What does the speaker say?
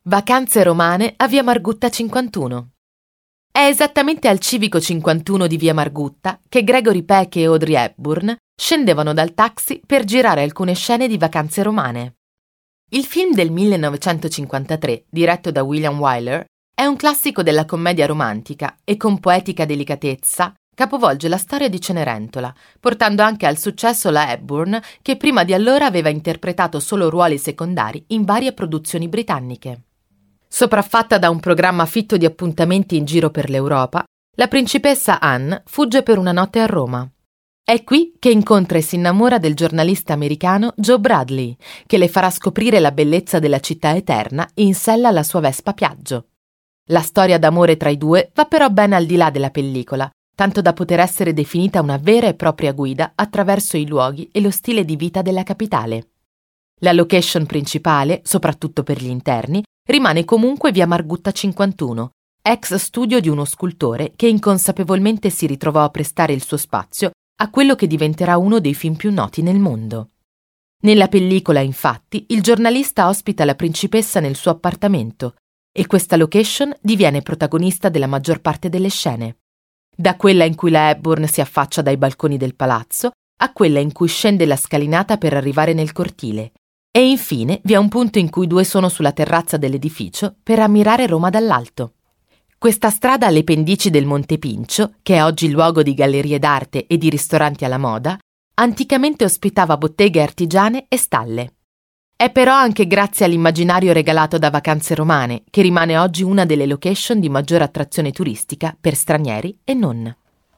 Vacanze romane a Via Margutta 51. È esattamente al civico 51 di Via Margutta che Gregory Peck e Audrey Hepburn scendevano dal taxi per girare alcune scene di Vacanze romane. Il film del 1953, diretto da William Wyler, è un classico della commedia romantica e con poetica delicatezza capovolge la storia di Cenerentola, portando anche al successo la Hepburn, che prima di allora aveva interpretato solo ruoli secondari in varie produzioni britanniche. Sopraffatta da un programma fitto di appuntamenti in giro per l'Europa, la principessa Anne fugge per una notte a Roma. È qui che incontra e si innamora del giornalista americano Joe Bradley, che le farà scoprire la bellezza della città eterna in sella alla sua Vespa Piaggio. La storia d'amore tra i due va però ben al di là della pellicola, tanto da poter essere definita una vera e propria guida attraverso i luoghi e lo stile di vita della capitale. La location principale, soprattutto per gli interni, rimane comunque Via Margutta 51, ex studio di uno scultore che inconsapevolmente si ritrovò a prestare il suo spazio a quello che diventerà uno dei film più noti nel mondo. Nella pellicola, infatti, il giornalista ospita la principessa nel suo appartamento e questa location diviene protagonista della maggior parte delle scene. Da quella in cui la Hepburn si affaccia dai balconi del palazzo a quella in cui scende la scalinata per arrivare nel cortile. E infine vi è un punto in cui i due sono sulla terrazza dell'edificio per ammirare Roma dall'alto. Questa strada alle pendici del Monte Pincio, che è oggi luogo di gallerie d'arte e di ristoranti alla moda, anticamente ospitava botteghe artigiane e stalle. È però anche grazie all'immaginario regalato da Vacanze romane che rimane oggi una delle location di maggior attrazione turistica per stranieri e non.